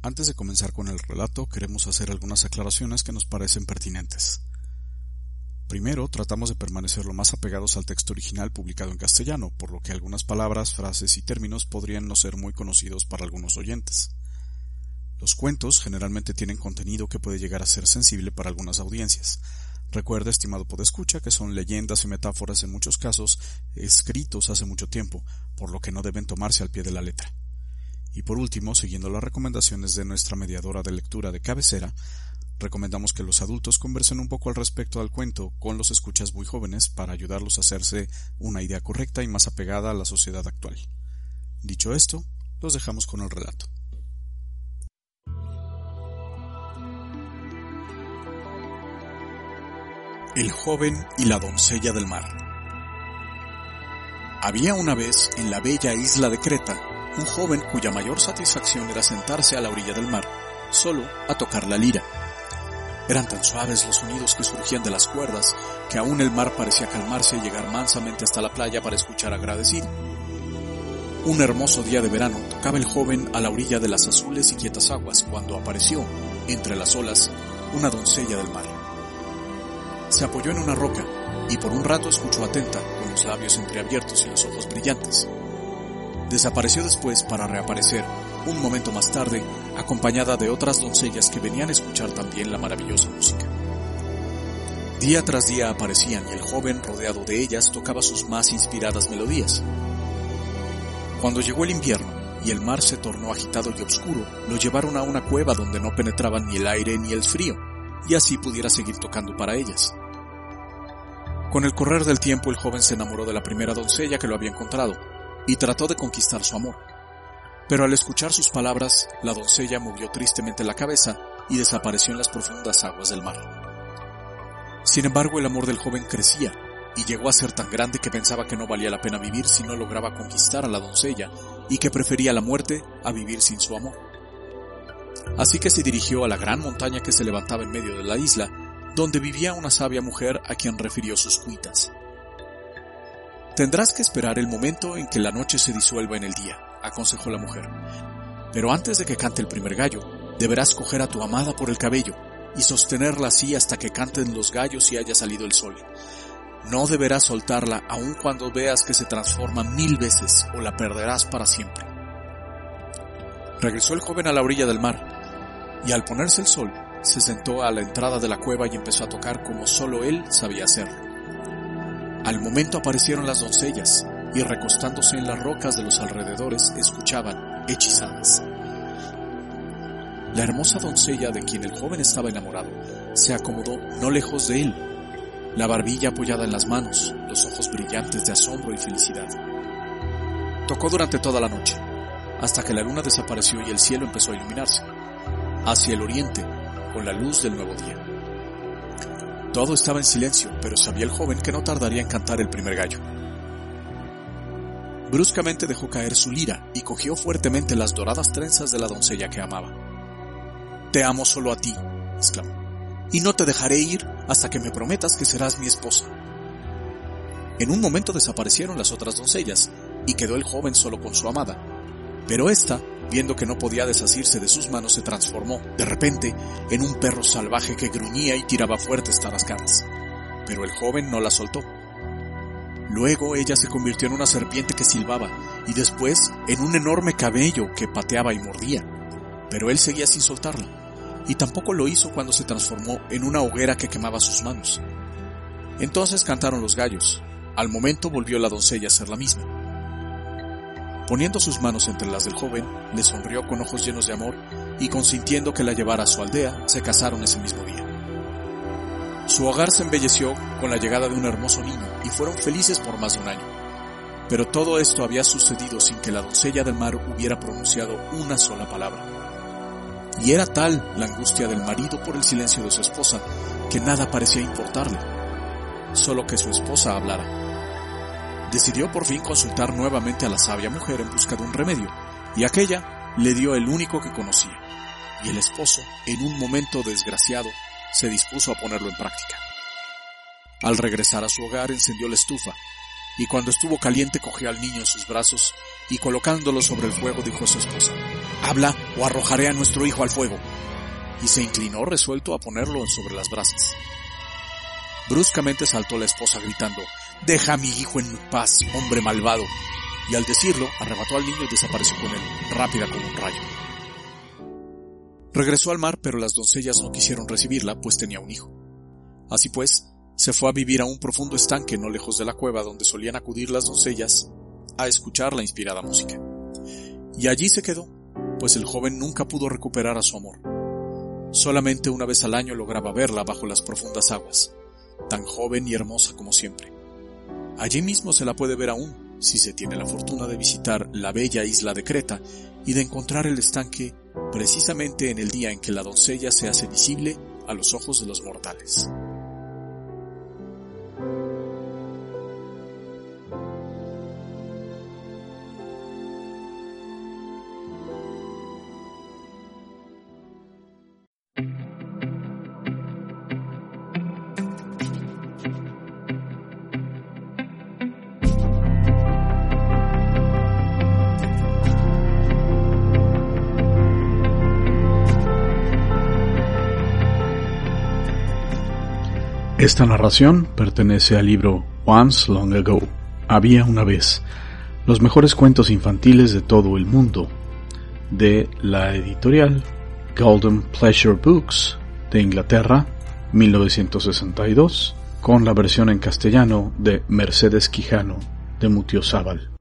Antes de comenzar con el relato, queremos hacer algunas aclaraciones que nos parecen pertinentes. Primero, tratamos de permanecer lo más apegados al texto original publicado en castellano, por lo que algunas palabras, frases y términos podrían no ser muy conocidos para algunos oyentes. Los cuentos generalmente tienen contenido que puede llegar a ser sensible para algunas audiencias. Recuerda, estimado podescucha, que son leyendas y metáforas en muchos casos escritos hace mucho tiempo, por lo que no deben tomarse al pie de la letra. Y por último, siguiendo las recomendaciones de nuestra mediadora de lectura de cabecera, recomendamos que los adultos conversen un poco al respecto del cuento con los escuchas muy jóvenes para ayudarlos a hacerse una idea correcta y más apegada a la sociedad actual. Dicho esto, los dejamos con el relato. El joven y la doncella del mar. Había una vez en la bella isla de Creta un joven cuya mayor satisfacción era sentarse a la orilla del mar, solo a tocar la lira. Eran tan suaves los sonidos que surgían de las cuerdas que aún el mar parecía calmarse y llegar mansamente hasta la playa para escuchar agradecido. Un hermoso día de verano tocaba el joven a la orilla de las azules y quietas aguas cuando apareció, entre las olas, una doncella del mar. Se apoyó en una roca y por un rato escuchó atenta, con los labios entreabiertos y los ojos brillantes. Desapareció después para reaparecer, un momento más tarde, acompañada de otras doncellas que venían a escuchar también la maravillosa música. Día tras día aparecían y el joven, rodeado de ellas, tocaba sus más inspiradas melodías. Cuando llegó el invierno y el mar se tornó agitado y oscuro, lo llevaron a una cueva donde no penetraban ni el aire ni el frío, y así pudiera seguir tocando para ellas. Con el correr del tiempo el joven se enamoró de la primera doncella que lo había encontrado, y trató de conquistar su amor. Pero al escuchar sus palabras, la doncella movió tristemente la cabeza y desapareció en las profundas aguas del mar. Sin embargo, el amor del joven crecía, y llegó a ser tan grande que pensaba que no valía la pena vivir si no lograba conquistar a la doncella, y que prefería la muerte a vivir sin su amor. Así que se dirigió a la gran montaña que se levantaba en medio de la isla, donde vivía una sabia mujer a quien refirió sus cuitas. «Tendrás que esperar el momento en que la noche se disuelva en el día», aconsejó la mujer. «Pero antes de que cante el primer gallo, deberás coger a tu amada por el cabello y sostenerla así hasta que canten los gallos y haya salido el sol. No deberás soltarla aun cuando veas que se transforma 1000 veces o la perderás para siempre». Regresó el joven a la orilla del mar y al ponerse el sol se sentó a la entrada de la cueva y empezó a tocar como solo él sabía hacerlo. Al momento aparecieron las doncellas y recostándose en las rocas de los alrededores escuchaban, hechizadas. La hermosa doncella de quien el joven estaba enamorado se acomodó no lejos de él, la barbilla apoyada en las manos, los ojos brillantes de asombro y felicidad. Tocó durante toda la noche, hasta que la luna desapareció y el cielo empezó a iluminarse, hacia el oriente, con la luz del nuevo día. Todo estaba en silencio, pero sabía el joven que no tardaría en cantar el primer gallo. Bruscamente dejó caer su lira y cogió fuertemente las doradas trenzas de la doncella que amaba. «Te amo solo a ti», exclamó, «y no te dejaré ir hasta que me prometas que serás mi esposa». En un momento desaparecieron las otras doncellas y quedó el joven solo con su amada, pero ésta, viendo que no podía desasirse de sus manos, se transformó, de repente, en un perro salvaje que gruñía y tiraba fuertes tarascadas. Pero el joven no la soltó. Luego ella se convirtió en una serpiente que silbaba, y después en un enorme camello que pateaba y mordía. Pero él seguía sin soltarla, y tampoco lo hizo cuando se transformó en una hoguera que quemaba sus manos. Entonces cantaron los gallos. Al momento volvió la doncella a ser la misma. Poniendo sus manos entre las del joven, le sonrió con ojos llenos de amor y consintiendo que la llevara a su aldea, se casaron ese mismo día. Su hogar se embelleció con la llegada de un hermoso niño y fueron felices por más de un año. Pero todo esto había sucedido sin que la doncella del mar hubiera pronunciado una sola palabra. Y era tal la angustia del marido por el silencio de su esposa que nada parecía importarle, solo que su esposa hablara. Decidió por fin consultar nuevamente a la sabia mujer en busca de un remedio, y aquella le dio el único que conocía, y el esposo, en un momento desgraciado, se dispuso a ponerlo en práctica. Al regresar a su hogar encendió la estufa, y cuando estuvo caliente cogió al niño en sus brazos y colocándolo sobre el fuego dijo a su esposa: «Habla o arrojaré a nuestro hijo al fuego», y se inclinó resuelto a ponerlo sobre las brasas. Bruscamente saltó la esposa gritando: «Deja a mi hijo en paz, hombre malvado», y al decirlo arrebató al niño y desapareció con él, rápida como un rayo. Regresó al mar, pero las doncellas no quisieron recibirla, pues tenía un hijo. Así pues, se fue a vivir a un profundo estanque no lejos de la cueva donde solían acudir las doncellas a escuchar la inspirada música. Y allí se quedó, pues el joven nunca pudo recuperar a su amor. Solamente una vez al año lograba verla bajo las profundas aguas, tan joven y hermosa como siempre. Allí mismo se la puede ver aún, si se tiene la fortuna de visitar la bella isla de Creta y de encontrar el estanque precisamente en el día en que la doncella se hace visible a los ojos de los mortales. Esta narración pertenece al libro Once Long Ago, Había una vez, los mejores cuentos infantiles de todo el mundo, de la editorial Golden Pleasure Books de Inglaterra, 1962, con la versión en castellano de Mercedes Quijano de Mutiozábal.